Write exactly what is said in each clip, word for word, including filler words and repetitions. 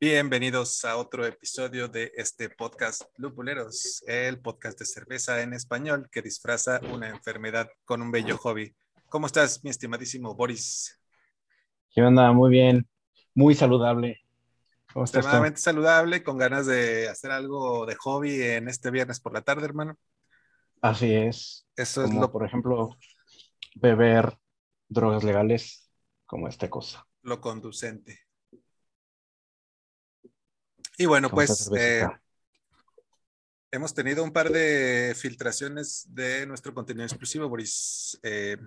Bienvenidos a otro episodio de este podcast Lupuleros, el podcast de cerveza en español que disfraza una enfermedad con un bello hobby. ¿Cómo estás, mi estimadísimo Boris? ¿Qué onda? Muy bien, muy saludable. ¿Cómo estás tú? Extremadamente saludable, con ganas de hacer algo de hobby en este viernes por la tarde, hermano. Así es, Eso es como lo, por ejemplo beber drogas legales, como esta cosa, lo conducente. Y bueno, como esta pues eh, cervecita. hemos tenido un par de filtraciones de nuestro contenido exclusivo, Boris. Eh,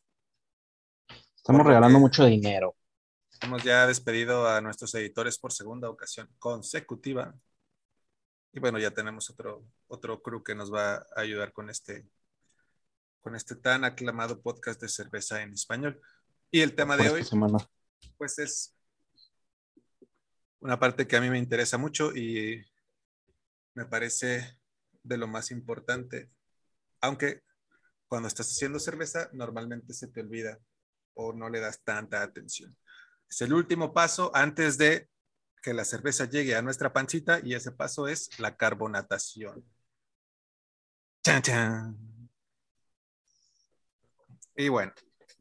por Estamos lo regalando que mucho dinero. hemos ya despedido a nuestros editores por segunda ocasión consecutiva. Y bueno, ya tenemos otro, otro crew que nos va a ayudar con este, con este tan aclamado podcast de cerveza en español. Y el tema Por de esta hoy, semana. pues es una parte que a mí me interesa mucho y me parece de lo más importante. Aunque cuando estás haciendo cerveza, normalmente se te olvida o no le das tanta atención. Es el último paso antes de que la cerveza llegue a nuestra pancita y ese paso es la carbonatación. ¡Chan, chan! Y bueno,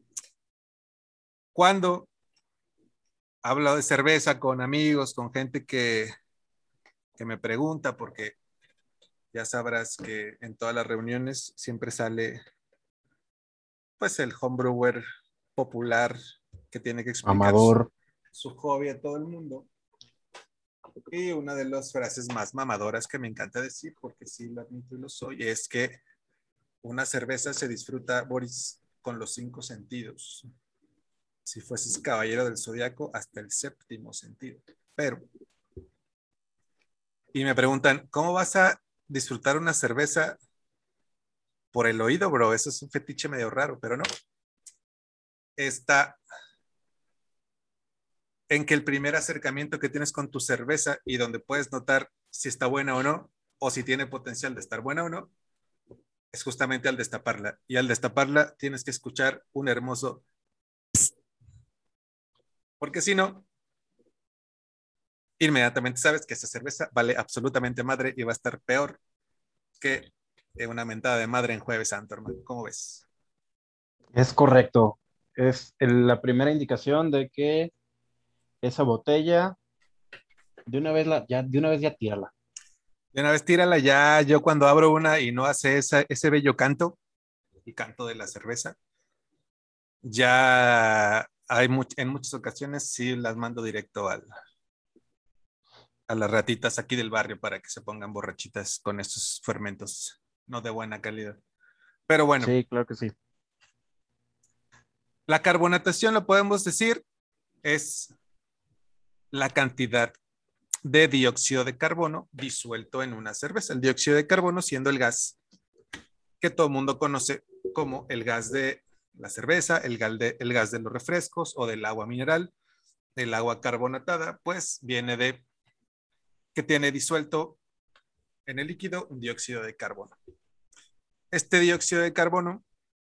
cuando hablo de cerveza con amigos, con gente que, que me pregunta, porque ya sabrás que en todas las reuniones siempre sale pues el homebrewer popular que tiene que explicar su, Amador. su hobby a todo el mundo. Y una de las frases más mamadoras que me encanta decir, porque sí lo admito y lo soy, es que una cerveza se disfruta, Boris, con los cinco sentidos. Si fueses caballero del zodiaco, hasta el séptimo sentido. Pero, y me preguntan, ¿cómo vas a disfrutar una cerveza por el oído, bro? Eso es un fetiche medio raro, pero no. Está en que el primer acercamiento que tienes con tu cerveza y donde puedes notar si está buena o no, o si tiene potencial de estar buena o no, es justamente al destaparla. Y al destaparla tienes que escuchar un hermoso pss, porque si no, inmediatamente sabes que esa cerveza vale absolutamente madre y va a estar peor que una mentada de madre en Jueves Santo, hermano. ¿Cómo ves? Es correcto. Es el- la primera indicación de que esa botella, de una vez la, ya, de una vez ya tírala. De una vez tírala ya, yo cuando abro una y no hace esa, ese bello canto, el canto de la cerveza, ya hay much, en muchas ocasiones sí las mando directo al, a las ratitas aquí del barrio para que se pongan borrachitas con estos fermentos no de buena calidad. Pero bueno, Sí, claro que sí. la carbonatación, lo podemos decir, es la cantidad de dióxido de carbono disuelto en una cerveza. El dióxido de carbono siendo el gas que todo el mundo conoce como el gas de la cerveza, el gas de, el gas de los refrescos o del agua mineral. El agua carbonatada, pues viene de que tiene disuelto en el líquido un dióxido de carbono. Este dióxido de carbono,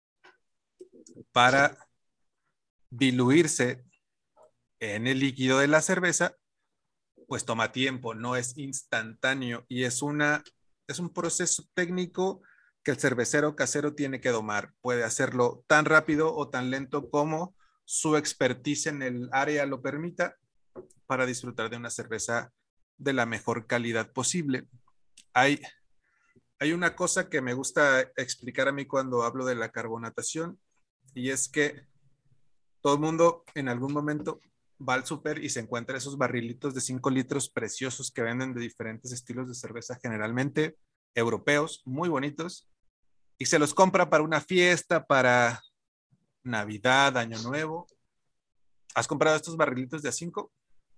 para diluirse en el líquido de la cerveza, pues toma tiempo, no es instantáneo y es, una, es un proceso técnico que el cervecero casero tiene que domar. Puede hacerlo tan rápido o tan lento como su expertise en el área lo permita para disfrutar de una cerveza de la mejor calidad posible. Hay, hay una cosa que me gusta explicar a mí cuando hablo de la carbonatación y es que todo el mundo en algún momento va al súper y se encuentra esos barrilitos de cinco litros preciosos que venden de diferentes estilos de cerveza, generalmente europeos, muy bonitos, y se los compra para una fiesta, para Navidad, Año Nuevo. ¿Has comprado estos barrilitos de a cinco?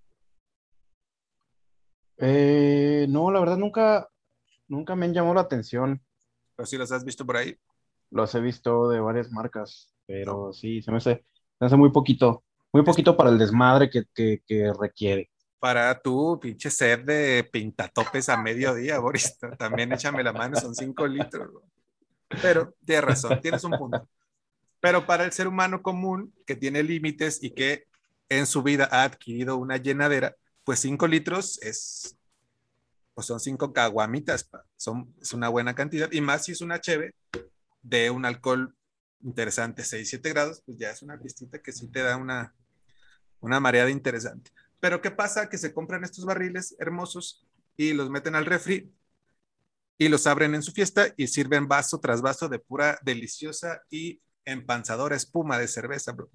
Eh, no, la verdad nunca, nunca me han llamado la atención. ¿O si los has visto por ahí? Los he visto de varias marcas, No. pero sí, se me hace, se me hace muy poquito, muy Es poquito para el desmadre que, que, que requiere. para tu pinche sed de pintatopes a mediodía, Boris. También échame la mano, son cinco litros. Pero tienes razón, tienes un punto. Pero para el ser humano común que tiene límites y que en su vida ha adquirido una llenadera, pues cinco litros es, pues son cinco caguamitas, son, es una buena cantidad, y más si es una cheve de un alcohol interesante, seis siete grados, pues ya es una pistita que sí te da una, una mareada interesante. Pero ¿qué pasa? Que se compran estos barriles hermosos y los meten al refri y los abren en su fiesta y sirven vaso tras vaso de pura deliciosa y empanzadora espuma de cerveza, bro.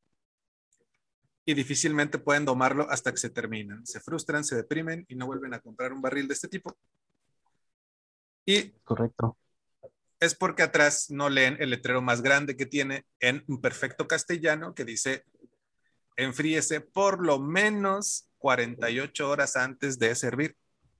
Y difícilmente pueden domarlo hasta que se terminan. Se frustran, se deprimen y no vuelven a comprar un barril de este tipo. Y Correcto. es porque atrás no leen el letrero más grande que tiene en un perfecto castellano que dice: enfríese por lo menos cuarenta y ocho horas antes de servir.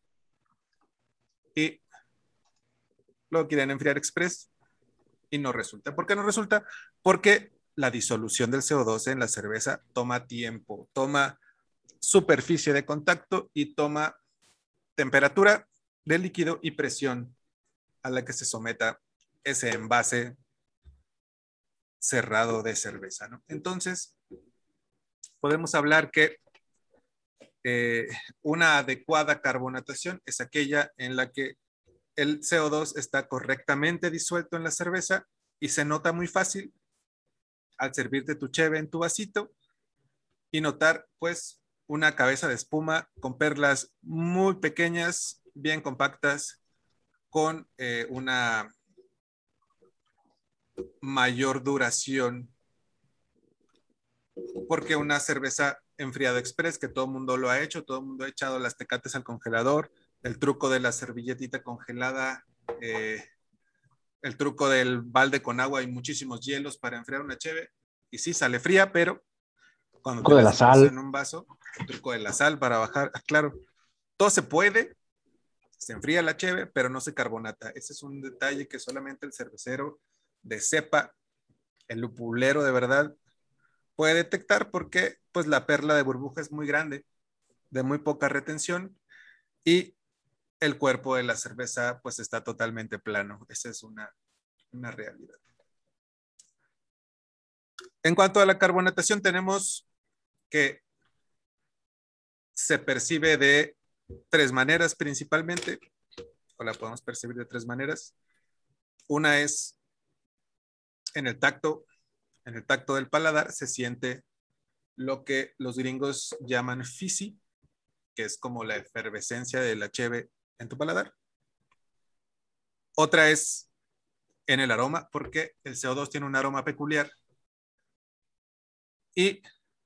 Y lo quieren enfriar express y no resulta. ¿Por qué no resulta? Porque la disolución del C O dos en la cerveza toma tiempo, toma superficie de contacto y toma temperatura del líquido y presión a la que se someta ese envase cerrado de cerveza, ¿no? Entonces, podemos hablar que eh, una adecuada carbonatación es aquella en la que el C O dos está correctamente disuelto en la cerveza y se nota muy fácil al servirte tu cheve en tu vasito y notar pues una cabeza de espuma con perlas muy pequeñas, bien compactas, con eh, una mayor duración, porque una cerveza enfriado express, que todo el mundo lo ha hecho, todo el mundo ha echado las tecates al congelador, el truco de la servilletita congelada, eh, el truco del balde con agua y muchísimos hielos para enfriar una cheve, y sí sale fría, pero cuando te Truco la de la sirves sal. en un vaso, el truco de la sal para bajar, claro, todo se puede, se enfría la cheve, pero no se carbonata. Ese es un detalle que solamente el cervecero de cepa, el lupulero de verdad, puede detectar, porque pues la perla de burbuja es muy grande, de muy poca retención, y el cuerpo de la cerveza pues está totalmente plano. Esa es una, una realidad. En cuanto a la carbonatación, tenemos que se percibe de tres maneras principalmente, o la podemos percibir de tres maneras. Una es en el tacto, en el tacto del paladar se siente lo que los gringos llaman fizzy, que es como la efervescencia de la cheve en tu paladar. Otra es en el aroma, porque el C O dos tiene un aroma peculiar. Y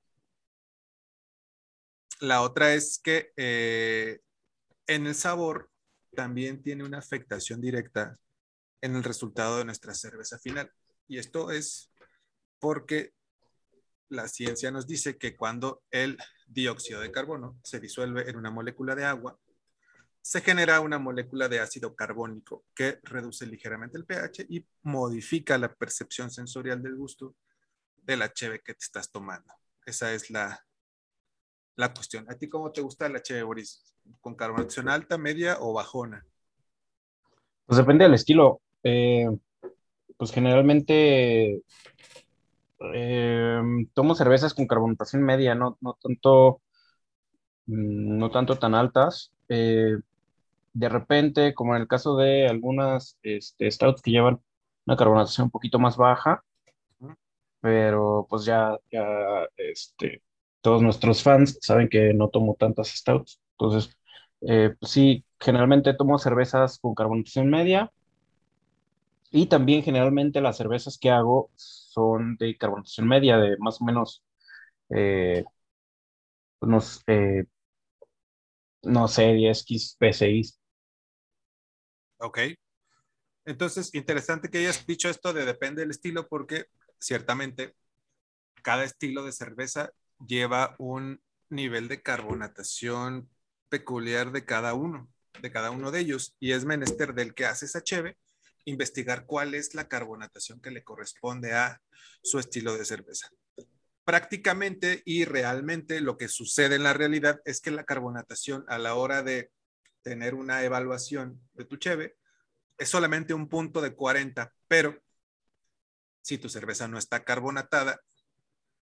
la otra es que eh, en el sabor también tiene una afectación directa en el resultado de nuestra cerveza final. Y esto es porque la ciencia nos dice que cuando el dióxido de carbono se disuelve en una molécula de agua, se genera una molécula de ácido carbónico que reduce ligeramente el pH y modifica la percepción sensorial del gusto de la cheve que te estás tomando. Esa es la, la cuestión. ¿A ti cómo te gusta la cheve, Boris? ¿Con carbonatación alta, media o bajona? Pues depende del estilo. Eh, pues generalmente eh, tomo cervezas con carbonatación media, no, no tanto, mm, no tanto tan altas. Eh, de repente, como en el caso de algunas este, stouts que llevan una carbonatación un poquito más baja, pero pues ya, ya este, todos nuestros fans saben que no tomo tantas stouts. Entonces, eh, pues sí, generalmente tomo cervezas con carbonatación media y también generalmente las cervezas que hago son de carbonatación media, de más o menos eh, unos, eh, no sé, diez P S I. Ok. Entonces, interesante que hayas dicho esto de depende del estilo, porque ciertamente cada estilo de cerveza lleva un nivel de carbonatación peculiar de cada uno, de cada uno de ellos, y es menester del que hace esa cheve investigar cuál es la carbonatación que le corresponde a su estilo de cerveza. Prácticamente y realmente lo que sucede en la realidad es que la carbonatación a la hora de tener una evaluación de tu cheve es solamente un punto de cuarenta, pero si tu cerveza no está carbonatada,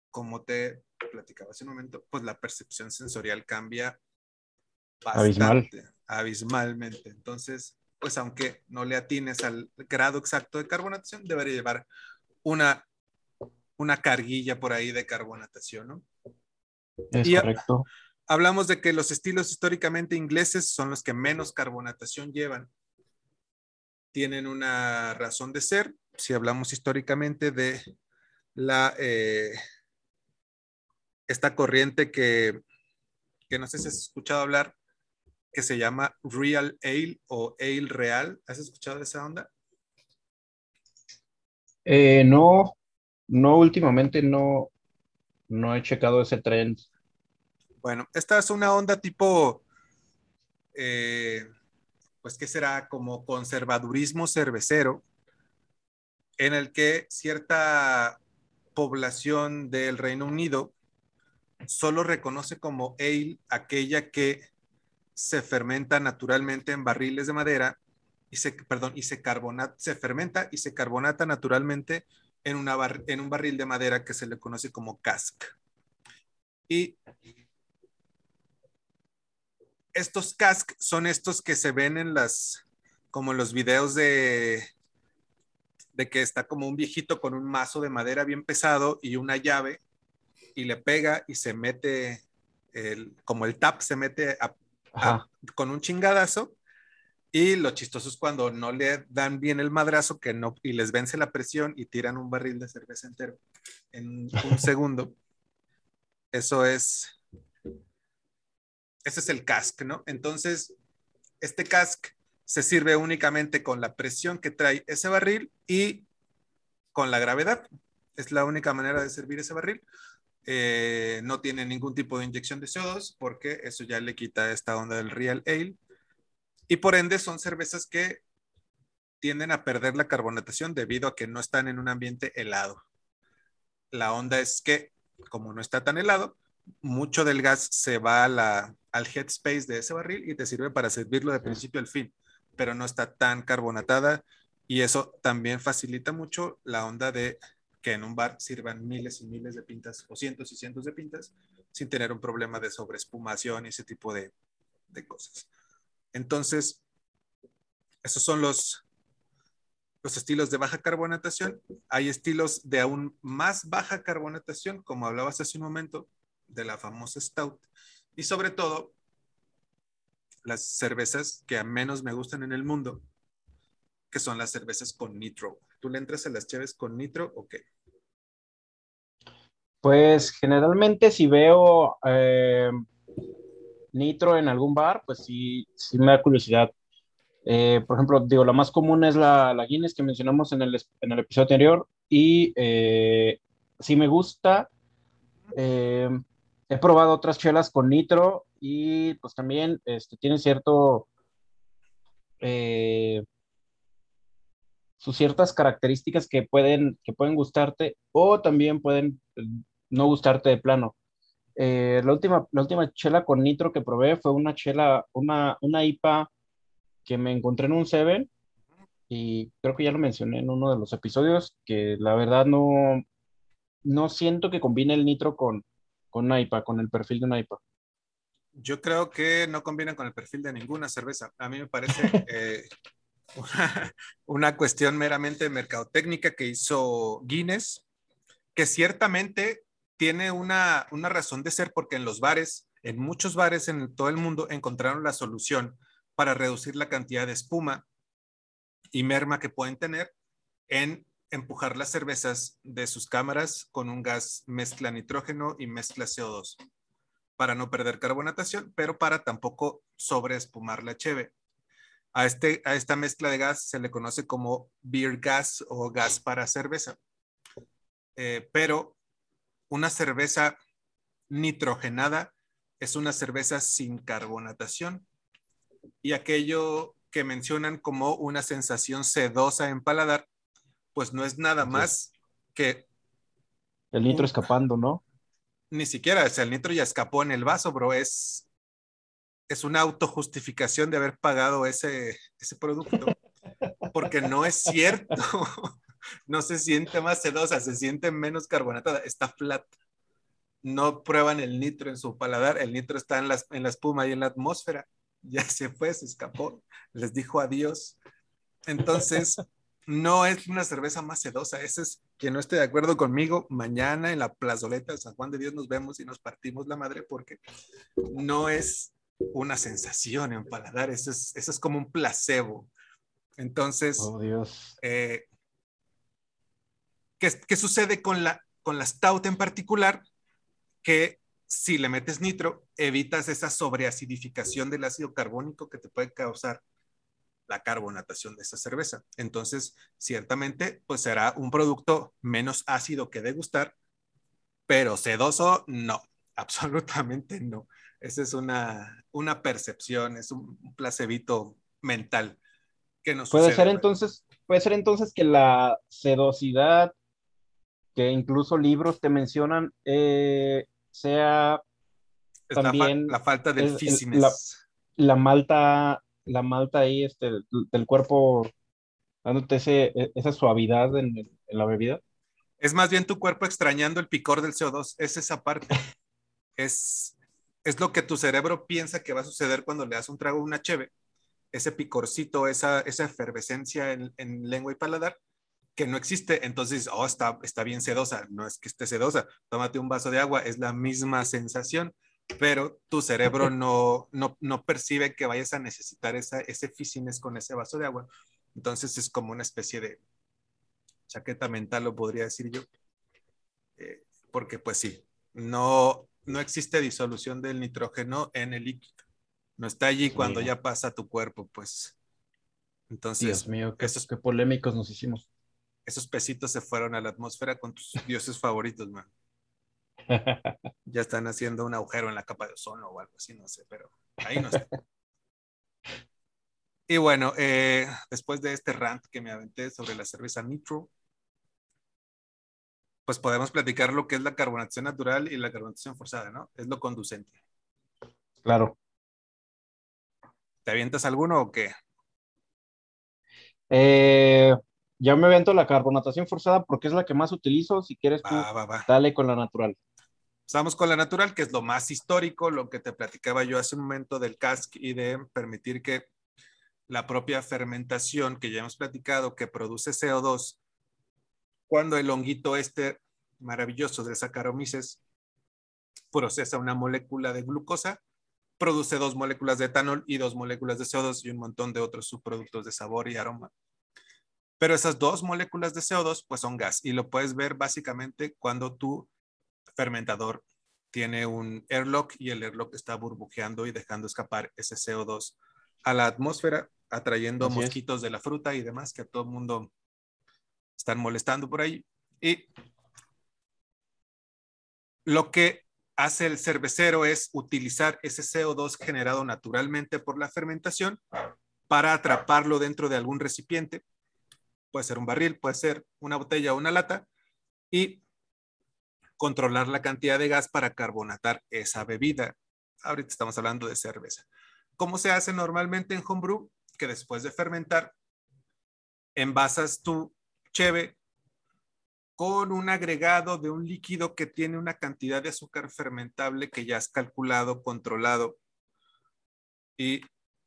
como te platicaba hace un momento, pues la percepción sensorial cambia Abismal. bastante, abismalmente. Entonces, pues aunque no le atines al grado exacto de carbonatación, debería llevar una, una carguilla por ahí de carbonatación, ¿no? Es Y a, correcto. hablamos de que los estilos históricamente ingleses son los que menos carbonatación llevan. Tienen una razón de ser. Si hablamos históricamente de la eh, esta corriente que, que no sé si has escuchado hablar, que se llama Real Ale o Ale Real. ¿Has escuchado de esa onda? Eh, no, no, últimamente no, no he checado ese trend. Bueno, esta es una onda tipo, eh, pues, ¿qué será? Como conservadurismo cervecero, en el que cierta población del Reino Unido solo reconoce como ale aquella que se fermenta naturalmente en barriles de madera y se, perdón, y se carbonata, se fermenta y se carbonata naturalmente en, una bar, en un barril de madera que se le conoce como cask. Y estos cask son estos que se ven en las, como en los videos de, de que está como un viejito con un mazo de madera bien pesado y una llave y le pega y se mete, el, como el tap se mete a, a, Ajá. con un chingadazo. Y lo chistoso es cuando no le dan bien el madrazo que no, y les vence la presión y tiran un barril de cerveza entero en un segundo. Eso es, ese es el cask, ¿no? Entonces, este cask se sirve únicamente con la presión que trae ese barril y con la gravedad. Es la única manera de servir ese barril. Eh, no tiene ningún tipo de inyección de C O dos porque eso ya le quita esta onda del Real Ale. Y por ende son cervezas que tienden a perder la carbonatación debido a que no están en un ambiente helado. La onda es que, como no está tan helado, mucho del gas se va a la, al headspace de ese barril y te sirve para servirlo de principio al fin, pero no está tan carbonatada y eso también facilita mucho la onda de que en un bar sirvan miles y miles de pintas o cientos y cientos de pintas sin tener un problema de sobreespumación y ese tipo de, de cosas. Entonces, esos son los, los estilos de baja carbonatación. Hay estilos de aún más baja carbonatación, como hablabas hace un momento, de la famosa Stout. Y sobre todo, las cervezas que a menos me gustan en el mundo, que son las cervezas con nitro. ¿Tú le entras a las cheves con nitro o qué? Pues generalmente si veo eh, nitro en algún bar, pues sí, sí me da curiosidad. Eh, por ejemplo, digo, la más común es la, la Guinness que mencionamos en el, es- en el episodio anterior y eh, sí me gusta. Eh, He probado otras chelas con nitro y pues también este, tiene cierto, eh, sus ciertas características que pueden, que pueden gustarte o también pueden eh, no gustarte de plano. Eh, la última, la última chela con nitro que probé fue una chela, una, una I P A que me encontré en un Seven y creo que ya lo mencioné en uno de los episodios, que la verdad no, no siento que combine el nitro con, con una I P A, con el perfil de una I P A. Yo creo que no combina con el perfil de ninguna cerveza. A mí me parece eh, una, una cuestión meramente mercadotecnica que hizo Guinness, que ciertamente tiene una, una razón de ser porque en los bares, en muchos bares en todo el mundo, encontraron la solución para reducir la cantidad de espuma y merma que pueden tener en empujar las cervezas de sus cámaras con un gas mezcla nitrógeno y mezcla C O dos para no perder carbonatación, pero para tampoco sobreespumar la cheve. A, este, a esta mezcla de gas se le conoce como beer gas o gas para cerveza. Eh, pero una cerveza nitrogenada es una cerveza sin carbonatación y aquello que mencionan como una sensación sedosa en paladar, pues no es nada Así es. más que El nitro un, escapando, ¿no? ni siquiera, o sea, el nitro ya escapó en el vaso, bro, es, es una autojustificación de haber pagado ese, ese producto, porque no es cierto, no se siente más sedosa, se siente menos carbonatada, está flat. no prueban el nitro en su paladar, el nitro está en, las, en la espuma y en la atmósfera, ya se fue, se escapó, les dijo adiós. Entonces, no es una cerveza más sedosa. Ese es quien no esté de acuerdo conmigo. Mañana en la plazoleta de San Juan de Dios nos vemos y nos partimos la madre porque no es una sensación en paladar. Eso es, eso es como un placebo. Entonces, Oh, Dios. eh, ¿qué, ¿qué sucede con la, con la stout en particular? Que si le metes nitro, evitas esa sobreacidificación del ácido carbónico que te puede causar la carbonatación de esa cerveza. Entonces, ciertamente, pues será un producto menos ácido que degustar, pero sedoso, no, absolutamente no. Esa es una, una percepción, es un placebito mental que no Puede sucede ser realmente. entonces, puede ser entonces que la sedosidad que incluso libros te mencionan eh, sea Es la, fa también la falta del es el- la, fizziness. la malta, la malta ahí este, del, del cuerpo dándote ese, e- esa suavidad en, el- en la bebida. Es más bien tu cuerpo extrañando el picor del C O dos, es esa parte. Es, es lo que tu cerebro piensa que va a suceder cuando le das un trago a una cheve, ese picorcito, esa, esa efervescencia en, en lengua y paladar, que no existe. Entonces, oh, está, está bien sedosa. No es que esté sedosa. Tómate un vaso de agua, es la misma sensación, pero tu cerebro no, no, no percibe que vayas a necesitar esa, ese fizziness con ese vaso de agua. Entonces es como una especie de chaqueta mental, lo podría decir yo, eh, porque pues sí, no, no existe disolución del nitrógeno en el líquido. No está allí Dios cuando mío, ya pasa a tu cuerpo, pues. Dios Entonces, mío, qué, esos, qué polémicos nos hicimos. esos pesitos se fueron a la atmósfera con tus dioses favoritos, man. Ya están haciendo un agujero en la capa de ozono o algo así, no sé, pero ahí no está. Y bueno, eh, después de este rant que me aventé sobre la cerveza Nitro, pues podemos platicar lo que es la carbonatación natural y la carbonatación forzada, ¿no? Es lo conducente. Claro. ¿Te avientas alguno o qué? Eh, ya me avento la carbonatación forzada porque es la que más utilizo. Si quieres Va, tú, va, va. dale con la natural. Estamos con la natural, que es lo más histórico, lo que te platicaba yo hace un momento del cask y de permitir que la propia fermentación que ya hemos platicado, que produce C O dos, cuando el honguito este maravilloso de Saccharomyces procesa una molécula de glucosa, produce dos moléculas de etanol y dos moléculas de C O dos y un montón de otros subproductos de sabor y aroma. Pero esas dos moléculas de C O dos pues son gas y lo puedes ver básicamente cuando tu fermentador tiene un airlock y el airlock está burbujeando y dejando escapar ese C O dos a la atmósfera, atrayendo Así es. mosquitos de la fruta y demás que a todo el mundo están molestando por ahí. Y lo que hace el cervecero es utilizar ese C O dos generado naturalmente por la fermentación para atraparlo dentro de algún recipiente. Puede ser un barril, puede ser una botella o una lata, y controlar la cantidad de gas para carbonatar esa bebida. Ahorita estamos hablando de cerveza. ¿Cómo se hace normalmente en homebrew? Que después de fermentar, envasas tu cheve con un agregado de un líquido que tiene una cantidad de azúcar fermentable que ya has calculado, controlado y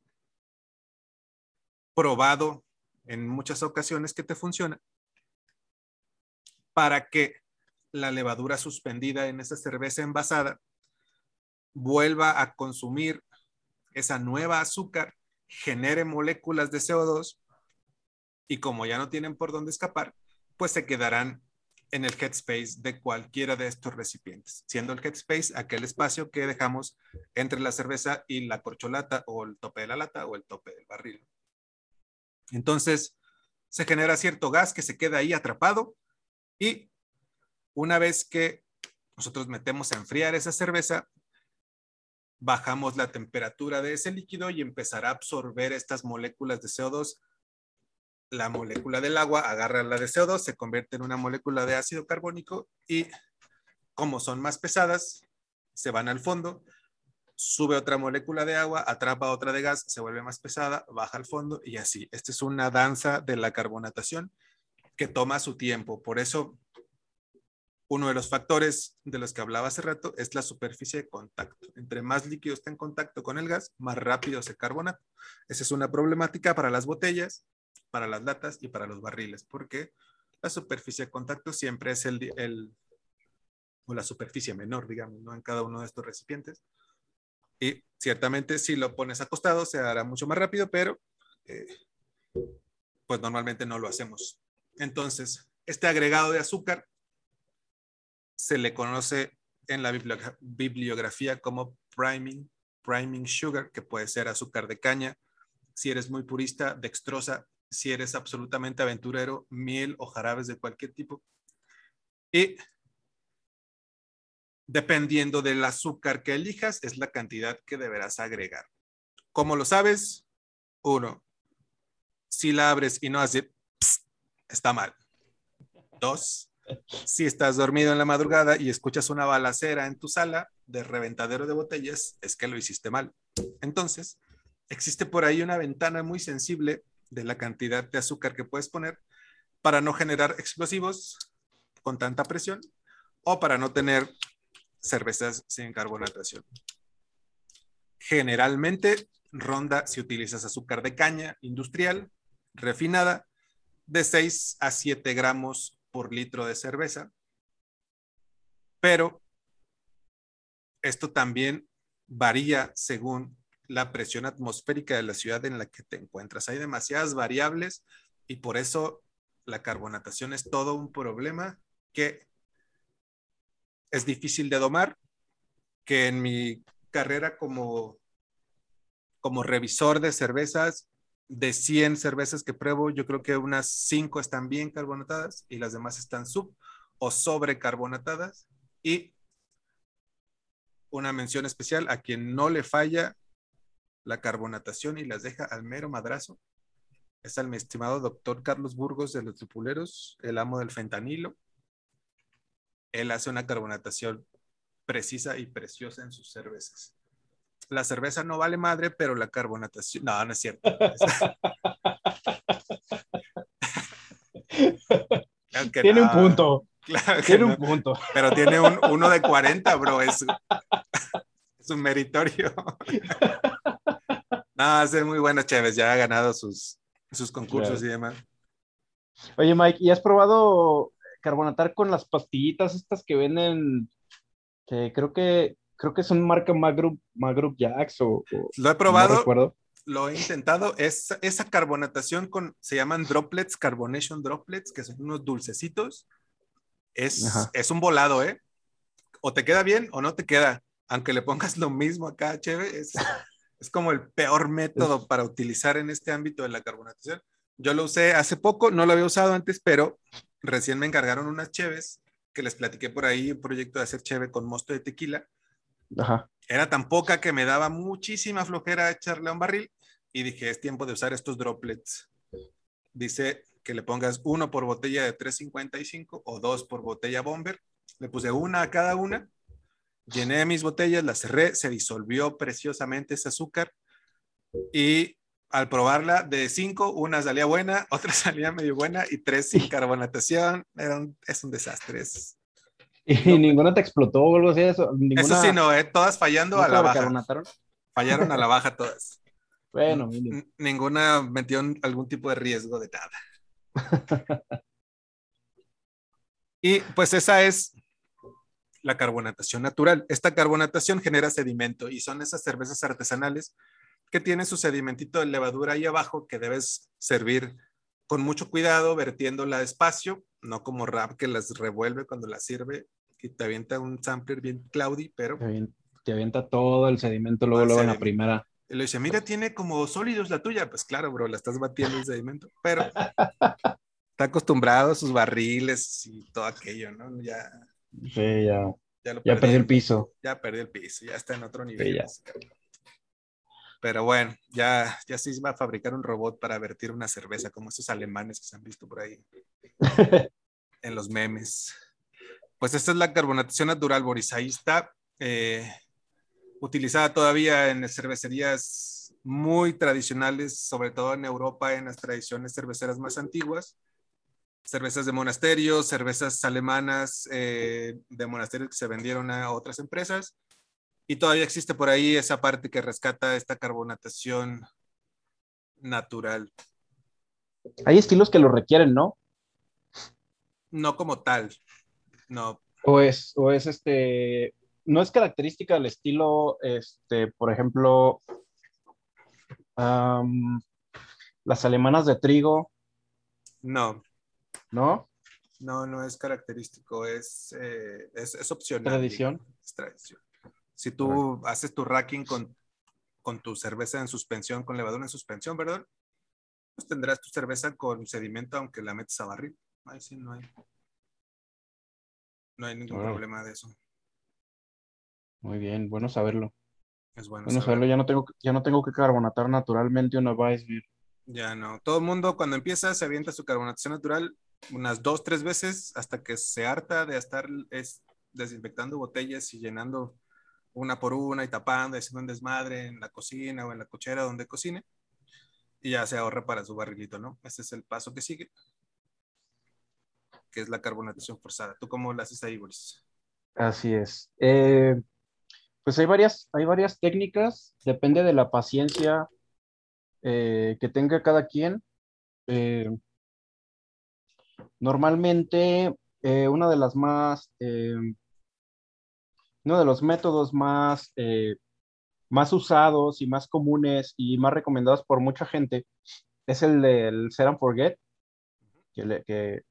probado en muchas ocasiones que te funciona para que la levadura suspendida en esa cerveza envasada vuelva a consumir esa nueva azúcar, genere moléculas de C O dos y como ya no tienen por dónde escapar, pues se quedarán en el headspace de cualquiera de estos recipientes, siendo el headspace aquel espacio que dejamos entre la cerveza y la corcholata o el tope de la lata o el tope del barril. Entonces se genera cierto gas que se queda ahí atrapado y una vez que nosotros metemos a enfriar esa cerveza, bajamos la temperatura de ese líquido y empezará a absorber estas moléculas de C O dos. La molécula del agua agarra la de C O dos, se convierte en una molécula de ácido carbónico y como son más pesadas, se van al fondo, sube otra molécula de agua, atrapa otra de gas, se vuelve más pesada, baja al fondo y así. Esta es una danza de la carbonatación que toma su tiempo. Por eso Uno de los factores de los que hablaba hace rato es la superficie de contacto. Entre más líquido está en contacto con el gas, más rápido se carbonata. Esa es una problemática para las botellas, para las latas y para los barriles, porque la superficie de contacto siempre es el, el o la superficie menor, digamos, ¿no? En cada uno de estos recipientes. Y ciertamente si lo pones acostado se hará mucho más rápido, pero eh, pues normalmente no lo hacemos. Entonces, este agregado de azúcar se le conoce en la bibliografía como priming, priming sugar, que puede ser azúcar de caña. Si eres muy purista, dextrosa. Si eres absolutamente aventurero, miel o jarabes de cualquier tipo. Y dependiendo del azúcar que elijas, es la cantidad que deberás agregar. ¿Cómo lo sabes? Uno, si la abres y no hace, pss, está mal. Dos, si estás dormido en la madrugada y escuchas una balacera en tu sala de reventadero de botellas, es que lo hiciste mal. Entonces, existe por ahí una ventana muy sensible de la cantidad de azúcar que puedes poner para no generar explosivos con tanta presión o para no tener cervezas sin carbonatación. Generalmente ronda si utilizas azúcar de caña industrial refinada de seis a siete gramos por litro de cerveza, pero esto también varía según la presión atmosférica de la ciudad en la que te encuentras. Hay demasiadas variables y por eso la carbonatación es todo un problema que es difícil de domar, que en mi carrera como, como revisor de cervezas, de cien cervezas que pruebo, yo creo que unas cinco están bien carbonatadas y las demás están sub o sobrecarbonatadas. Y una mención especial a quien no le falla la carbonatación y las deja al mero madrazo es al mi estimado doctor Carlos Burgos de los Tripuleros, el amo del fentanilo. Él hace una carbonatación precisa y preciosa en sus cervezas. La cerveza no vale madre, pero la carbonatación... No, no es cierto. Claro que Tiene un no. punto. Claro que Tiene no. un punto. Pero tiene un uno de cuarenta, bro. Es, es un meritorio. No, es muy bueno, Chévez. Ya ha ganado sus, sus concursos Claro. y demás. Oye, Mike, ¿y has probado carbonatar con las pastillitas estas que venden? Que creo que creo que son marca Magroup, Magroup Jacks o, o Lo he no probado, recuerdo. lo he intentado. Es, esa carbonatación con, se llaman droplets, carbonation droplets, que son unos dulcecitos. Es, Ajá. es un volado, ¿eh? O te queda bien o no te queda. Aunque le pongas lo mismo acá, Cheve, es, es como el peor método Es, para utilizar en este ámbito de la carbonatación. Yo lo usé hace poco, no lo había usado antes, pero recién me encargaron unas cheves que les platiqué por ahí, un proyecto de hacer cheve con mosto de tequila. ajá. Era tan poca que me daba muchísima flojera echarle a un barril y dije, es tiempo de usar estos droplets. Dice que le pongas uno por botella de tres cincuenta y cinco o dos por botella bomber. Le puse una a cada una, llené mis botellas, las cerré, se disolvió preciosamente ese azúcar y al probarla de cinco, una salía buena, otra salía medio buena y tres sin Y, carbonatación. Era un, es un desastre. Es, es y lo, ninguna te explotó o algo así, eso, eso sí, ninguna, no, eh, todas fallando no a la baja. sobrecarbonataron. Fallaron a la baja todas. Bueno, mínimo. Ninguna metió algún tipo de riesgo de nada. Y pues esa es la carbonatación natural. Esta carbonatación genera sedimento y son esas cervezas artesanales que tienen su sedimentito de levadura ahí abajo que debes servir con mucho cuidado, vertiéndola despacio, no como Rap que las revuelve cuando las sirve y te avienta un sampler bien cloudy, pero Te avienta, te avienta todo el sedimento todo luego, el luego en la sedimento. primera. Y le dice, mira, tiene como sólidos la tuya. Pues claro, bro, la estás batiendo el sedimento, pero está acostumbrado a sus barriles y todo aquello, ¿no? Ya, Sí, ya, ya lo ya perdí perdió el el, piso. ya perdí el piso, ya está en otro Sí, nivel. ya. Pero bueno, ya, ya sí va a fabricar un robot para vertir una cerveza, como esos alemanes que se han visto por ahí en los memes. Pues esta es la carbonatación natural, Boris. Ahí está, eh, utilizada todavía en cervecerías muy tradicionales, sobre todo en Europa, en las tradiciones cerveceras más antiguas. cervezas de monasterio, cervezas alemanas eh, de monasterios que se vendieron a otras empresas. Y todavía existe por ahí esa parte que rescata esta carbonatación natural. Hay estilos que lo requieren, ¿no? No como tal, no. O es, o es este, no es característica del estilo, este, por ejemplo, am, las alemanas de trigo, No, ¿no? no, no es característico, es, eh, es, es opcional, Tradición. digamos, es tradición. Si Órale. tú haces tu racking con, con tu cerveza en suspensión, con levadura en suspensión, ¿verdad? Pues tendrás tu cerveza con sedimento aunque la metes a barril. Ahí sí no hay, no hay ningún Órale. problema de eso. Muy bien, bueno saberlo. Es bueno Bueno saberlo, saberlo. ya no tengo, que- ya no tengo que carbonatar naturalmente una Weissbier. Ya no. Todo el mundo cuando empieza se avienta su carbonatación natural unas dos, tres veces hasta que se harta de estar es, desinfectando botellas y llenando una por una y tapando y haciendo un desmadre en la cocina o en la cochera donde cocine y ya se ahorra para su barrilito, ¿no? Ese es el paso que sigue, que es la carbonatación forzada. ¿Tú cómo la haces ahí, Boris? Así es. Eh, pues hay varias, hay varias técnicas, depende de la paciencia eh, que tenga cada quien. Eh, Normalmente, eh, una de las más, eh, uno de los métodos más, eh, más usados y más comunes y más recomendados por mucha gente es el del set and forget, que, le- que,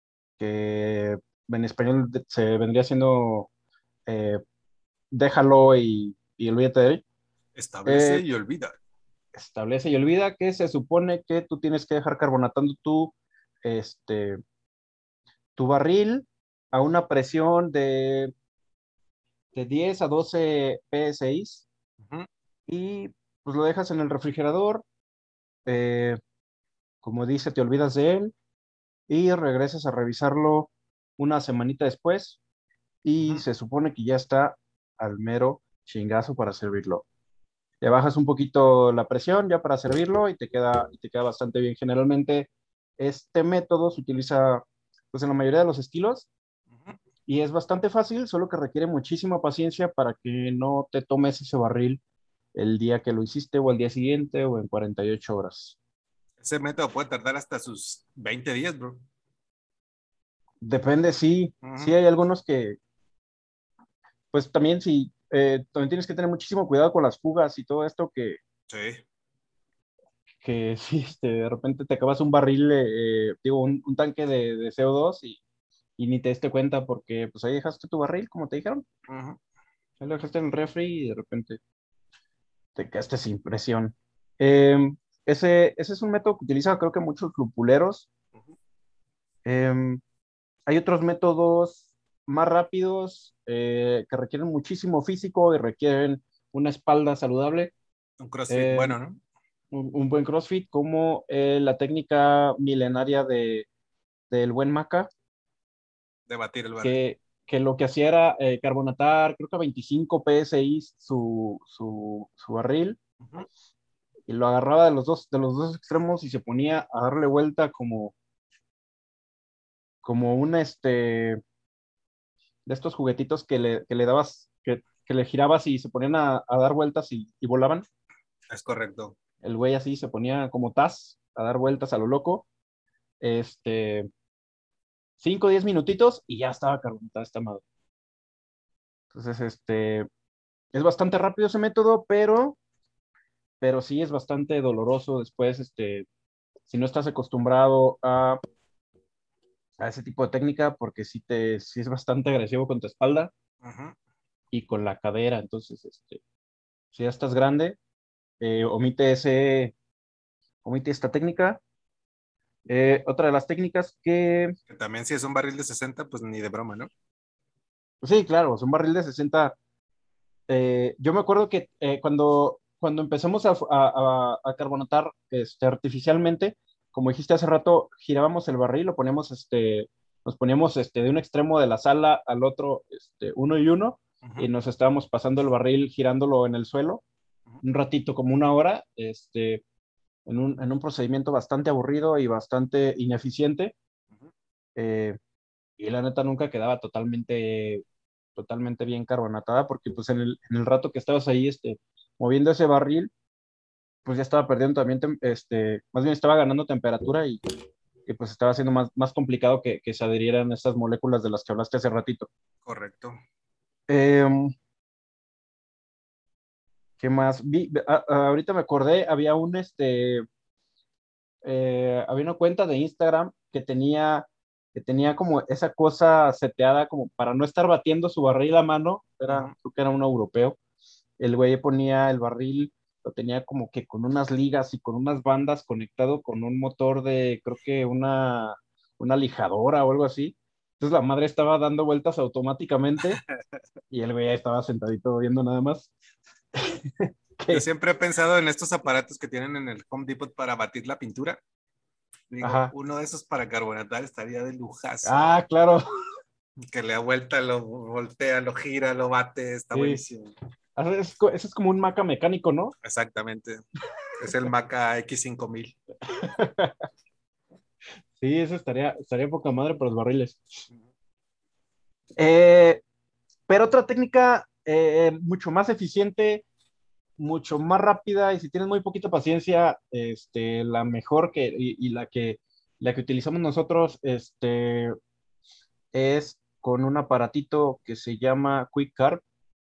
que en español de- se vendría siendo eh, déjalo y, y olvídate de él. Establece Eh, y olvida. Establece y olvida que se supone que tú tienes que dejar carbonatando tu, este, tu barril a una presión de, de diez a doce P S I Uh-huh. y pues lo dejas en el refrigerador, eh, como dice, te olvidas de él y regresas a revisarlo una semanita después y Uh-huh. se supone que ya está al mero chingazo para servirlo. Le bajas un poquito la presión ya para servirlo y te queda, y te queda bastante bien. Generalmente este método se utiliza pues en la mayoría de los estilos Uh-huh. y es bastante fácil, solo que requiere muchísima paciencia para que no te tomes ese barril el día que lo hiciste o el día siguiente o en cuarenta y ocho horas. Ese método puede tardar hasta sus veinte días, bro. Depende, sí, sí Uh-huh. hay algunos que, pues también sí, eh, también tienes que tener muchísimo cuidado con las fugas y todo esto que, Sí. que sí, este, de repente te acabas un barril, eh, digo, un, un tanque de, de C O dos y, y ni te diste cuenta porque pues ahí dejaste tu barril, como te dijeron, Uh-huh. ahí lo dejaste en el refri y de repente te quedaste sin presión. Eh, ese, ese es un método que utilizan creo que muchos lupuleros. Uh-huh. Eh, Hay otros métodos más rápidos eh, que requieren muchísimo físico y requieren una espalda saludable. Un CrossFit Eh, bueno, ¿no? un, un buen CrossFit como eh, la técnica milenaria de, del buen Maca, De batir el barril. que, que lo que hacía era eh, carbonatar, creo que a veinticinco P S I su, su, su barril, Uh-huh. y lo agarraba de los dos, de los dos extremos y se ponía a darle vuelta como, como un este, de estos juguetitos que le, que le dabas, que, que le girabas y se ponían a, a dar vueltas y, y volaban. Es correcto. El güey así se ponía como Taz a dar vueltas a lo loco. Este, cinco o diez minutitos y ya estaba carbonatada esta madre. Entonces, este, es bastante rápido ese método, pero, pero sí es bastante doloroso después, este, si no estás acostumbrado a, a ese tipo de técnica, porque sí, te, sí es bastante agresivo con tu espalda Uh-huh. y con la cadera. Entonces, este, si ya estás grande, eh, omite ese, omite esta técnica. Eh, otra de las técnicas que, Que también si es un barril de sesenta, pues ni de broma, ¿no? pues sí, claro, es un barril de sesenta. Eh, yo me acuerdo que eh, cuando, cuando empezamos a, a- a- a carbonatar este, artificialmente, como dijiste hace rato, girábamos el barril, lo poníamos, este, nos poníamos este, de un extremo de la sala al otro, este, uno y uno, y Uh-huh. nos estábamos pasando el barril girándolo en el suelo, Uh-huh. un ratito, como una hora, este, en un, en un procedimiento bastante aburrido y bastante ineficiente. eh, y la neta nunca quedaba totalmente, totalmente bien carbonatada, porque pues en el, en el rato que estabas ahí, este, moviendo ese barril, pues ya estaba perdiendo también, tem- este, más bien estaba ganando temperatura y, y, pues estaba siendo más, más complicado que, que se adherieran estas moléculas de las que hablaste hace ratito. Correcto. Em, ¿Qué más? Vi, a- a- ahorita me acordé, había un, este, eh, había una cuenta de Instagram que tenía, que tenía como esa cosa seteada como para no estar batiendo su barril a mano, era, Ujú. creo que era un europeo. El güey ponía el barril, lo tenía como que con unas ligas y con unas bandas conectado con un motor de, creo que una, una lijadora o algo así. Entonces la madre estaba dando vueltas automáticamente y el güey ahí estaba sentadito viendo nada más. Yo Que, siempre he pensado en estos aparatos que tienen en el Home Depot para batir la pintura. Digo, ajá. uno de esos para carbonatar estaría de lujazo. Ah, claro. Que le da vuelta, lo voltea, lo gira, lo bate, está Sí. buenísimo. Ah, es co- ese es como un maca mecánico, ¿no? Exactamente. Es el Maca X cinco mil. Sí, eso estaría, estaría poca madre para los barriles. Eh, pero otra técnica eh, mucho más eficiente, mucho más rápida y si tienes muy poquita paciencia, este, la mejor que, y, y la que, la que utilizamos nosotros, este, es con un aparatito que se llama Quick Carb,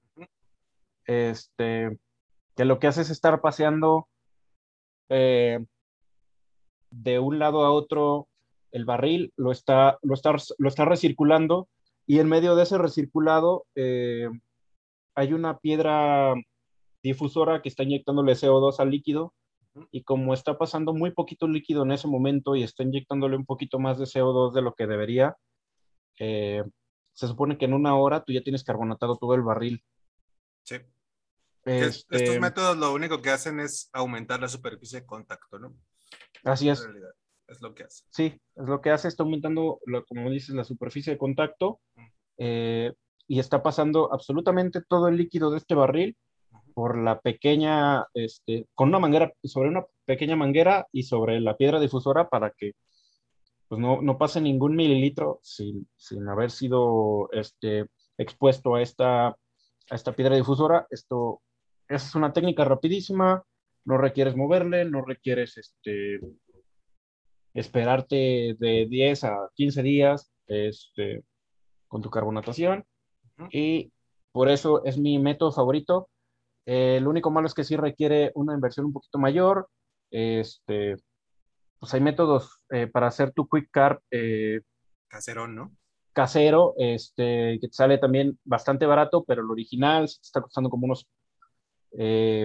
este, que lo que hace es estar paseando eh, de un lado a otro el barril, lo está, lo está, lo está recirculando y en medio de ese recirculado eh, hay una piedra difusora que está inyectándole C O dos al líquido y como está pasando muy poquito líquido en ese momento y está inyectándole un poquito más de C O dos de lo que debería, eh, se supone que en una hora tú ya tienes carbonatado todo el barril. Sí. Que es- estos Este, métodos lo único que hacen es aumentar la superficie de contacto, ¿no? Así En es, realidad, es lo que hace. sí, es lo que hace, está aumentando, lo- como dices, la superficie de contacto eh, y está pasando absolutamente todo el líquido de este barril por la pequeña, este, con una manguera, sobre una pequeña manguera y sobre la piedra difusora para que pues no, no pase ningún mililitro sin, sin haber sido este, expuesto a esta, a esta piedra difusora. Esto es una técnica rapidísima, no requieres moverle, no requieres este, esperarte de diez a quince días este, con tu carbonatación Ujú. y por eso es mi método favorito. Eh, el único malo es que sí requiere una inversión un poquito mayor. Este, pues hay métodos eh, para hacer tu quick carb eh, Caserón, ¿no? casero, este, que te sale también bastante barato, pero el original sí te está costando como unos, eh,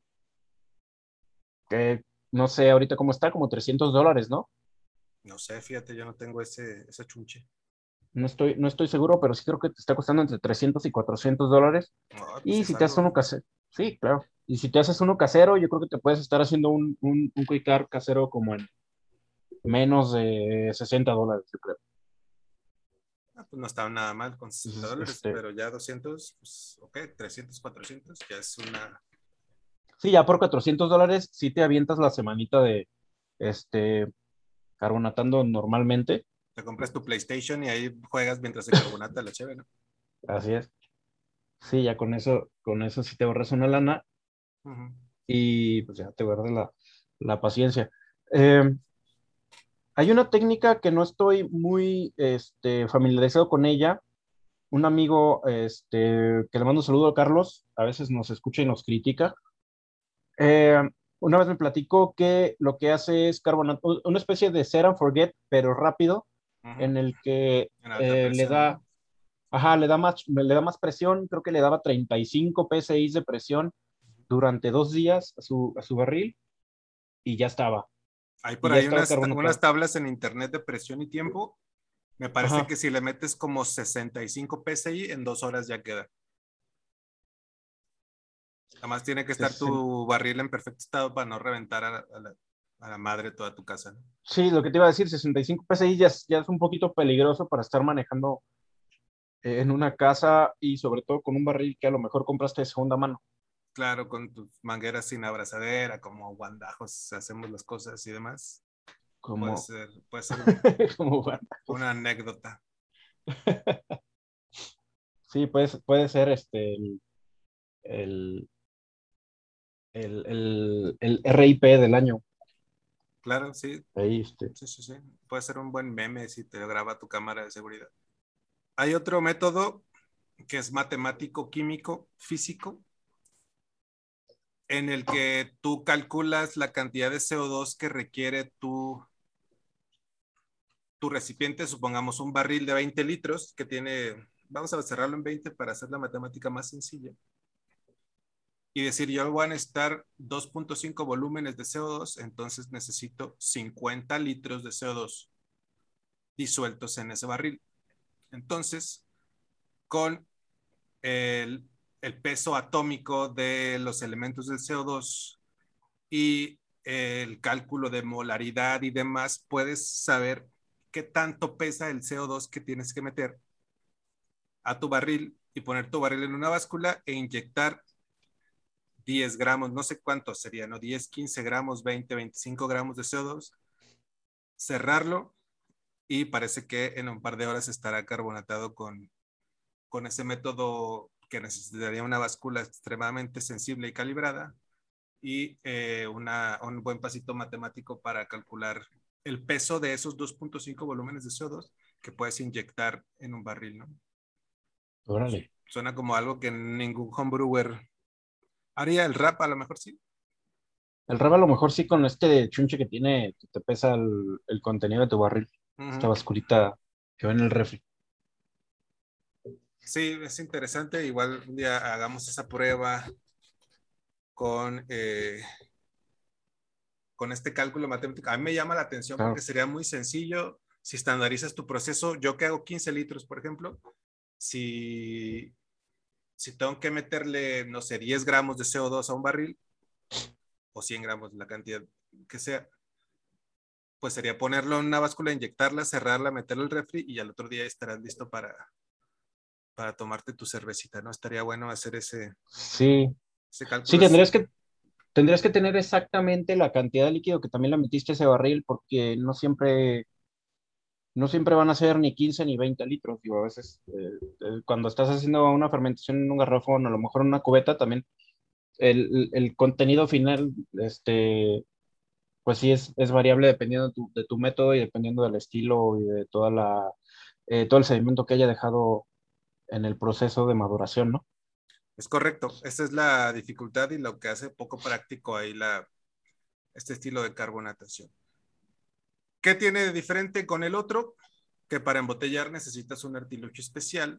que, no sé ahorita cómo está, como trescientos dólares, ¿no? No sé, fíjate, yo no tengo ese, ese chunche. No estoy, no estoy seguro, pero sí creo que te está costando entre trescientos y cuatrocientos dólares. No, pues sí Y es si te haces algo, uno ¿no? casero, sí, claro. Y si te haces uno casero, yo creo que te puedes estar haciendo un, un, un quick carb casero como en menos de sesenta dólares, yo creo. Ah, pues no estaba nada mal con sesenta Entonces, dólares, este, pero ya doscientos, pues ok, trescientos, cuatrocientos, ya es una. sí, ya por cuatrocientos dólares, sí te avientas la semanita de, este, carbonatando normalmente. Te compras tu PlayStation y ahí juegas mientras se carbonata la cheve, ¿no? Así es. Sí, ya con eso, con eso sí te ahorras una lana Ujú. y pues ya te guardas la, la paciencia. Eh, Hay una técnica que no estoy muy este, familiarizado con ella. Un amigo este, que le mando un saludo a Carlos, a veces nos escucha y nos critica. Eh, una vez me platicó que lo que hace es carbonato, una especie de set and forget, pero rápido, Ujú. en el que En alta eh, le presión, ¿no? da, ajá, le da más, le da más presión, creo que le daba treinta y cinco P S I de presión durante dos días a su, a su barril y ya estaba, Hay y por ya ahí estaba unas, ta- unas carbonatado. tablas en internet de presión y tiempo. Me parece Ajá, que si le metes como sesenta y cinco P S I, en dos horas ya queda. Además tiene que estar sesen- tu barril en perfecto estado para no reventar a la, a la- a la madre toda tu casa, ¿no? sí, lo que te iba a decir, sesenta y cinco P S I ya es, ya es un poquito peligroso para estar manejando eh, en una casa y sobre todo con un barril que a lo mejor compraste de segunda mano. Claro, con tus mangueras sin abrazadera, como guandajos, hacemos las cosas y demás. Puede como, ser, puede ser un- como bueno. una anécdota. Sí, puede, puede ser este el, el, el, el, el R I P del año. Claro, sí, Ahí, este. sí, sí, sí. Puede ser un buen meme si te lo graba tu cámara de seguridad. Hay otro método que es matemático, químico, físico, en el que tú calculas la cantidad de C O dos que requiere tu, tu recipiente, supongamos un barril de veinte litros que tiene, vamos a cerrarlo en veinte para hacer la matemática más sencilla, y decir, yo voy a necesitar dos punto cinco volúmenes de C O dos, entonces necesito cincuenta litros de C O dos disueltos en ese barril. Entonces, con el, el peso atómico de los elementos del C O dos y el cálculo de molaridad y demás, puedes saber qué tanto pesa el C O dos que tienes que meter a tu barril y poner tu barril en una báscula e inyectar diez gramos, no sé cuántos serían, ¿no? diez, quince gramos, veinte, veinticinco gramos de C O dos, cerrarlo y parece que en un par de horas estará carbonatado con, con ese método que necesitaría una báscula extremadamente sensible y calibrada y eh, una, un buen pasito matemático para calcular el peso de esos dos punto cinco volúmenes de C O dos que puedes inyectar en un barril, ¿no? Órale. Suena como algo que ningún homebrewer haría. El rap a lo mejor sí. El rap a lo mejor sí con este chunche que tiene, que te pesa el, el contenido de tu barril. Uh Esta -huh. basculita que va en el refri. Sí, es interesante. Igual un día hagamos esa prueba con, eh, con este cálculo matemático. A mí me llama la atención porque Claro. sería muy sencillo si estandarizas tu proceso. Yo que hago quince litros, por ejemplo, si, si tengo que meterle, no sé, diez gramos de C O dos a un barril o cien gramos, la cantidad que sea, pues sería ponerlo en una báscula, inyectarla, cerrarla, meterlo al refri y al otro día estarás listo para, para tomarte tu cervecita, ¿no? Estaría bueno hacer ese, Sí. ese Sí, cálculo. Es, tendrías que, tendrías que tener exactamente la cantidad de líquido que también le metiste a ese barril, porque no siempre, no siempre van a ser ni quince ni veinte litros. Digo, a veces, eh, eh, cuando estás haciendo una fermentación en un garrafón, a lo mejor en una cubeta, también el, el contenido final, este, pues sí es, es variable dependiendo de tu, de tu método y dependiendo del estilo y de toda la, eh, todo el sedimento que haya dejado en el proceso de maduración, ¿no? es correcto. Esa es la dificultad y lo que hace poco práctico ahí la, este estilo de carbonatación. ¿Qué tiene de diferente con el otro? Que para embotellar necesitas un artilugio especial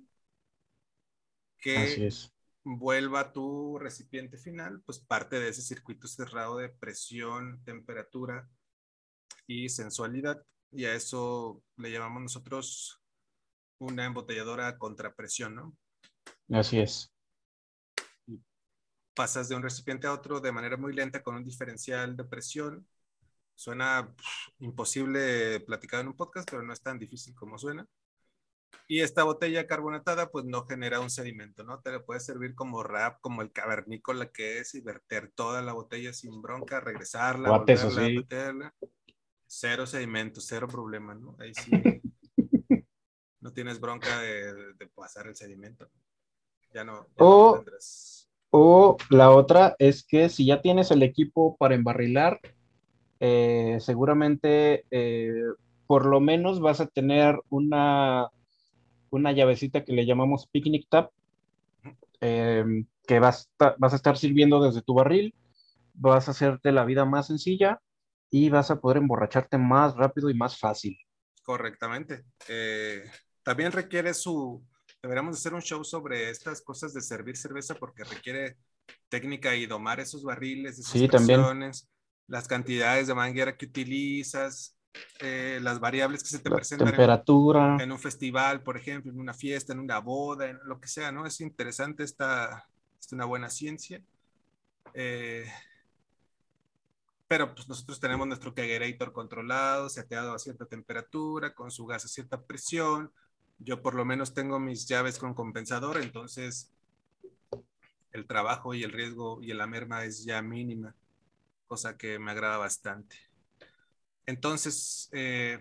Así que es. vuelva tu recipiente final, pues parte de ese circuito cerrado de presión, temperatura y sensualidad. Y a eso le llamamos nosotros una embotelladora a contrapresión, ¿no? Así es. Y pasas de un recipiente a otro de manera muy lenta con un diferencial de presión. Suena pff, imposible platicar en un podcast, pero no es tan difícil como suena. Y esta botella carbonatada pues no genera un sedimento, ¿no? Te la puedes servir como rap, como el cavernícola que es y verter toda la botella sin bronca, regresarla, Cuates, volverla a así. meterla. Cero sedimento, cero problema, ¿no? Ahí sí no tienes bronca de, de pasar el sedimento. Ya no, ya no lo O, tendrás. o la otra es que si ya tienes el equipo para embarrilar, eh, seguramente eh, por lo menos vas a tener una, una llavecita que le llamamos picnic tap, eh, que vas, a- vas a estar sirviendo desde tu barril, vas a hacerte la vida más sencilla y vas a poder emborracharte más rápido y más fácil. Correctamente. Eh, también requiere su, deberíamos hacer un show sobre estas cosas de servir cerveza porque requiere técnica y domar esos barriles, esas Sí, también presiones, las cantidades de manguera que utilizas, eh, las variables que se te la presentan en, temperatura. en un festival, por ejemplo, en una fiesta, en una boda, en lo que sea, ¿no? Es interesante, esta, es una buena ciencia. Eh, pero pues nosotros tenemos nuestro kegerator controlado, seteado a cierta temperatura, con su gas a cierta presión. Yo por lo menos tengo mis llaves con compensador, entonces el trabajo y el riesgo y la merma es ya mínima, cosa que me agrada bastante. Entonces, eh,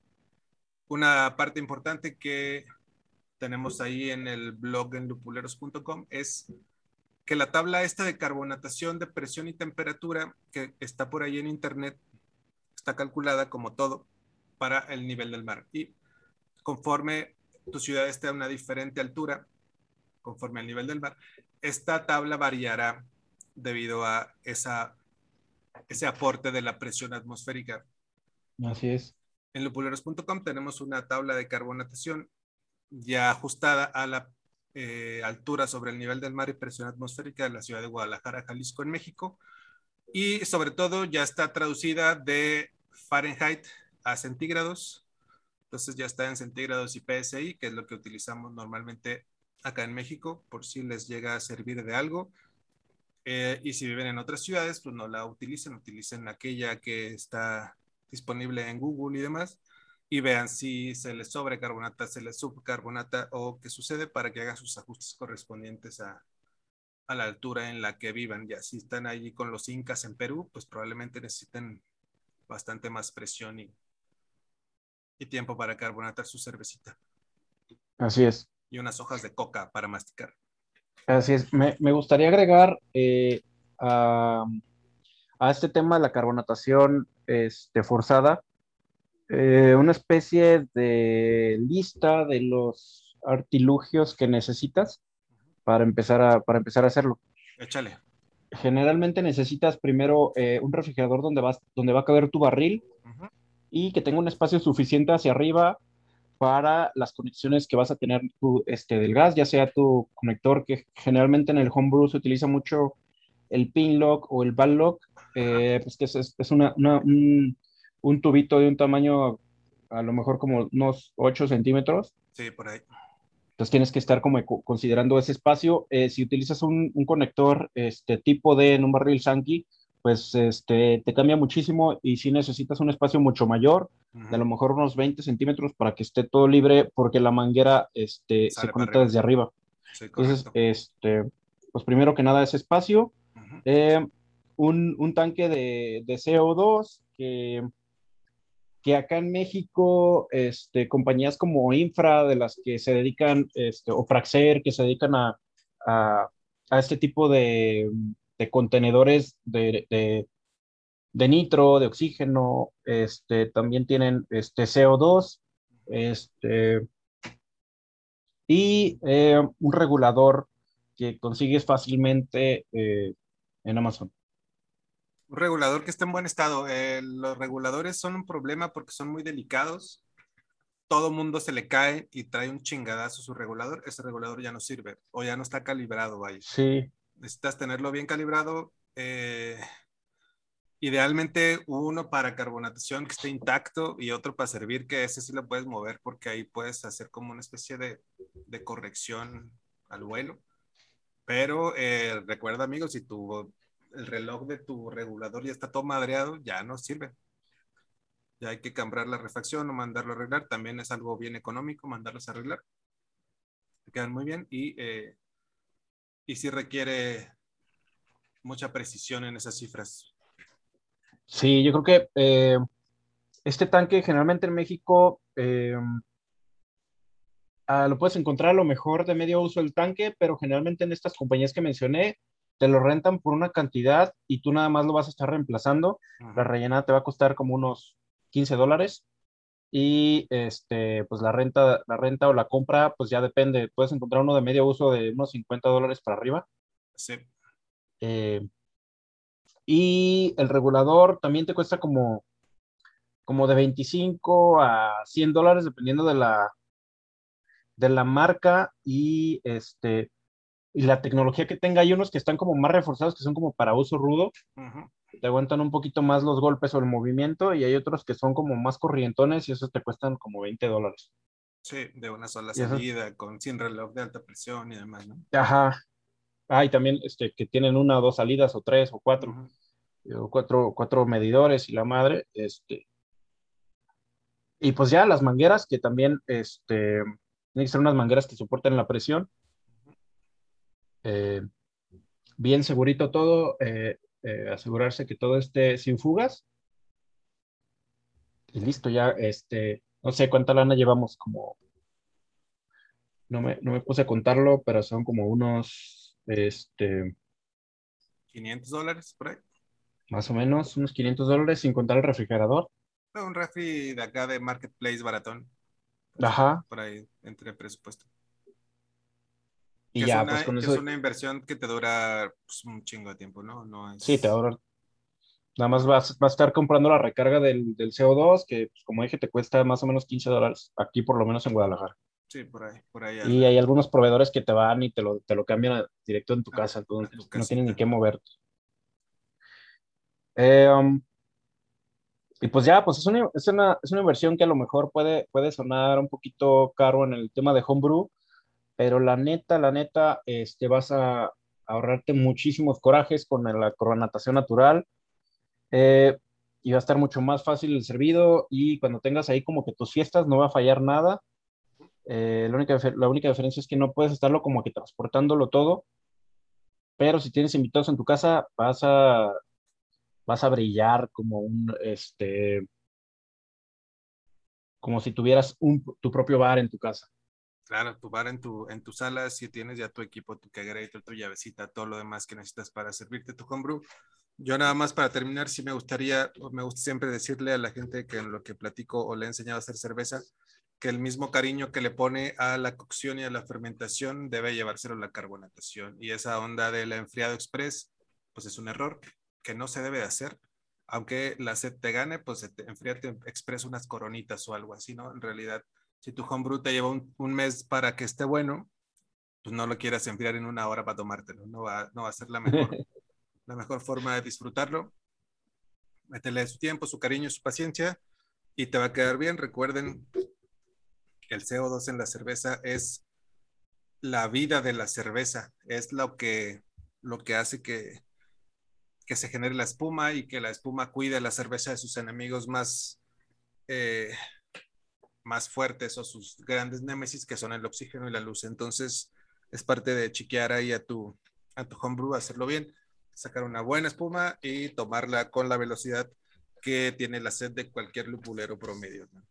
una parte importante que tenemos ahí en el blog en lupuleros punto com es que la tabla esta de carbonatación de presión y temperatura que está por ahí en internet está calculada como todo para el nivel del mar. Y conforme tu ciudad esté a una diferente altura, conforme al nivel del mar, esta tabla variará debido a esa, ese aporte de la presión atmosférica. Así es. En lupuleros punto com tenemos una tabla de carbonatación ya ajustada a la eh, altura sobre el nivel del mar y presión atmosférica de la ciudad de Guadalajara, Jalisco, en México. Y sobre todo ya está traducida de Fahrenheit a centígrados. Entonces ya está en centígrados y P S I, que es lo que utilizamos normalmente acá en México, por si les llega a servir de algo. Eh, y si viven en otras ciudades, pues no la utilicen, utilicen aquella que está disponible en Google y demás, y vean si se les sobrecarbonata, se les subcarbonata o qué sucede para que hagan sus ajustes correspondientes a, a la altura en la que vivan. Ya si están allí con los incas en Perú, pues probablemente necesiten bastante más presión y, y tiempo para carbonatar su cervecita. Así es. Y unas hojas de coca para masticar. Así es. Me, me gustaría agregar eh, a, a este tema de la carbonatación este, forzada eh, una especie de lista de los artilugios que necesitas para empezar a, para empezar a hacerlo. Échale. Generalmente necesitas primero eh, un refrigerador donde, vas, donde va a caber tu barril Uh-huh. y que tenga un espacio suficiente hacia arriba para las conexiones que vas a tener tu, este, del gas, ya sea tu conector, que generalmente en el homebrew se utiliza mucho el pin lock o el ball lock, eh, pues que es, es es una, una- un, un tubito de un tamaño a lo mejor como unos ocho centímetros. Sí, por ahí. Entonces tienes que estar como co- considerando ese espacio. Eh, si utilizas un, un conector este tipo D en un barril Sankey, pues este, te cambia muchísimo y si necesitas un espacio mucho mayor, de a Uh-huh. lo mejor unos veinte centímetros para que esté todo libre, porque la manguera este, se Sale para conecta arriba. desde arriba. Sí, Entonces, correcto. este, pues primero que nada ese espacio, Uh-huh. eh, un, un tanque de, de C O dos que que acá en México, este, compañías como Infra, de las que se dedican, este, o Praxair, que se dedican a, a, a este tipo de, de contenedores de, de, de nitro, de oxígeno, este, también tienen este C O dos, este, y eh, un regulador que consigues fácilmente eh, en Amazon. Un regulador que esté en buen estado. Eh, los reguladores son un problema porque son muy delicados. Todo mundo se le cae y trae un chingadazo su regulador. Ese regulador ya no sirve o ya no está calibrado ahí. Sí, Necesitas tenerlo bien calibrado. Eh, idealmente uno para carbonatación que esté intacto y otro para servir, que ese sí lo puedes mover porque ahí puedes hacer como una especie de, de corrección al vuelo. Pero eh, recuerda, amigos, si tu, el reloj de tu regulador ya está todo madreado, ya no sirve. Ya hay que cambiar la refacción o mandarlo a arreglar. También es algo bien económico mandarlos a arreglar. Te quedan muy bien y, eh, y sí requiere mucha precisión en esas cifras. sí, yo creo que eh, este tanque generalmente en México eh, ah, lo puedes encontrar a lo mejor de medio uso el tanque, pero generalmente en estas compañías que mencioné te lo rentan por una cantidad y tú nada más lo vas a estar reemplazando. La Uh-huh. rellenada te va a costar como unos quince dólares y este, pues la renta, la renta o la compra, pues ya depende. Puedes encontrar uno de medio uso de unos cincuenta dólares para arriba. Sí. Eh, y el regulador también te cuesta como, como de veinticinco a cien dólares dependiendo de la, de la marca y este y la tecnología que tenga. Hay unos que están como más reforzados, que son como para uso rudo, Uh-huh. te aguantan un poquito más los golpes o el movimiento, y hay otros que son como más corrientones y esos te cuestan como veinte dólares. Sí, de una sola Y esos, salida, con sin reloj de alta presión y demás, ¿no? ajá. Ah, y también este, que tienen una o dos salidas, o tres, o cuatro, Uh-huh. o cuatro, cuatro medidores y la madre, este. Y pues ya las mangueras, que también, este, tienen que ser unas mangueras que soporten la presión, eh, bien segurito todo, eh, eh, asegurarse que todo esté sin fugas. Y listo, ya, este, no sé cuánta lana llevamos, como, no me, no me puse a contarlo, pero son como unos, este, quinientos dólares por ahí. más o menos, unos quinientos dólares sin contar el refrigerador. Un refri de acá de Marketplace baratón. Está Ajá, por ahí entre presupuesto. Que y es ya, pues una, con que eso, es una inversión que te dura pues, un chingo de tiempo, ¿no? No sí, te es. ahorras. Nada más No, vas, vas a estar comprando la recarga del, del C O dos, que pues, como dije, te cuesta más o menos quince dólares, aquí por lo menos en Guadalajara. sí, por ahí, por ahí Y anda. hay algunos proveedores que te van y te lo, te lo cambian a- directo en tu A, casa, a tu entonces no tienes ni casita. qué moverte. Eh, um, y pues ya, pues es una, es una, es una inversión que a lo mejor puede, puede sonar un poquito caro en el tema de homebrew, pero la neta, la neta, este, vas a ahorrarte muchísimos corajes con la carbonatación natural. eh, y va a estar mucho más fácil el servido, y cuando tengas ahí como que tus fiestas no va a fallar nada. Eh, la única, difer- la única diferencia es que no puedes estarlo como que transportándolo todo, pero si tienes invitados en tu casa, vas a, vas a brillar como un, este, como si tuvieras un, tu propio bar en tu casa. Claro, tu bar en tu, en tu sala, si tienes ya tu equipo, tu kegerator, tu llavecita, todo lo demás que necesitas para servirte tu homebrew. Yo nada más para terminar, sí me gustaría, o me gusta siempre decirle a la gente que en lo que platico o le he enseñado a hacer cerveza, que el mismo cariño que le pone a la cocción y a la fermentación debe llevárselo a la carbonatación. Y esa onda del enfriado express, pues es un error que no se debe de hacer. Aunque la sed te gane, pues enfriarte express unas coronitas o algo así, ¿no? En realidad, si tu homebrew te lleva un, un mes para que esté bueno, pues no lo quieras enfriar en una hora para tomártelo. No va, no va a ser la mejor, la mejor forma de disfrutarlo. Métele su tiempo, su cariño, su paciencia y te va a quedar bien. Recuerden que el C O dos en la cerveza es la vida de la cerveza, es lo que, lo que hace que, que se genere la espuma y que la espuma cuide la cerveza de sus enemigos más, eh, más fuertes o sus grandes némesis, que son el oxígeno y la luz. Entonces, es parte de chiquear ahí a tu, a tu homebrew, hacerlo bien, sacar una buena espuma y tomarla con la velocidad que tiene la sed de cualquier lupulero promedio, ¿no?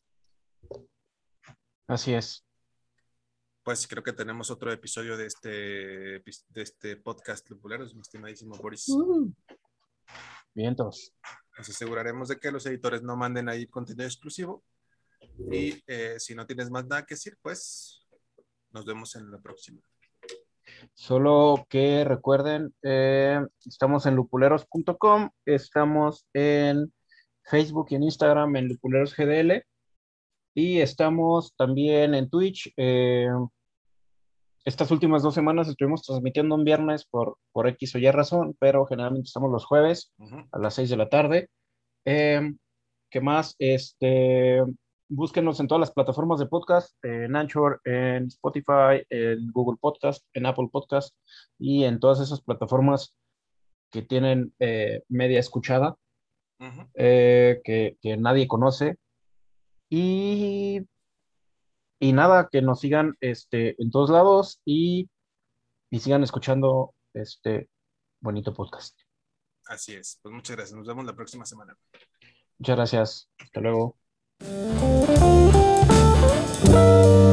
Así es. Pues creo que tenemos otro episodio de este, de este podcast lupuleros, mi estimadísimo Boris. Uh. Bien, entonces. Nos aseguraremos de que los editores no manden ahí contenido exclusivo. Y eh, si no tienes más nada que decir, pues nos vemos en la próxima. Solo que recuerden, eh, estamos en lupuleros punto com, estamos en Facebook y en Instagram en Lupuleros G D L, y estamos también en Twitch. Eh, estas últimas dos semanas estuvimos transmitiendo un viernes por, por X o Y razón, pero generalmente estamos los jueves Uh -huh. a las seis de la tarde. Eh, ¿Qué más? Este, búsquenos en todas las plataformas de podcast, en Anchor, en Spotify, en Google Podcast, en Apple Podcast y en todas esas plataformas que tienen eh, media escuchada, Uh -huh. eh, que, que nadie conoce. Y, y nada, que nos sigan este, en todos lados, y, y sigan escuchando este bonito podcast. Así es. Pues muchas gracias. Nos vemos la próxima semana. Muchas gracias. Hasta luego.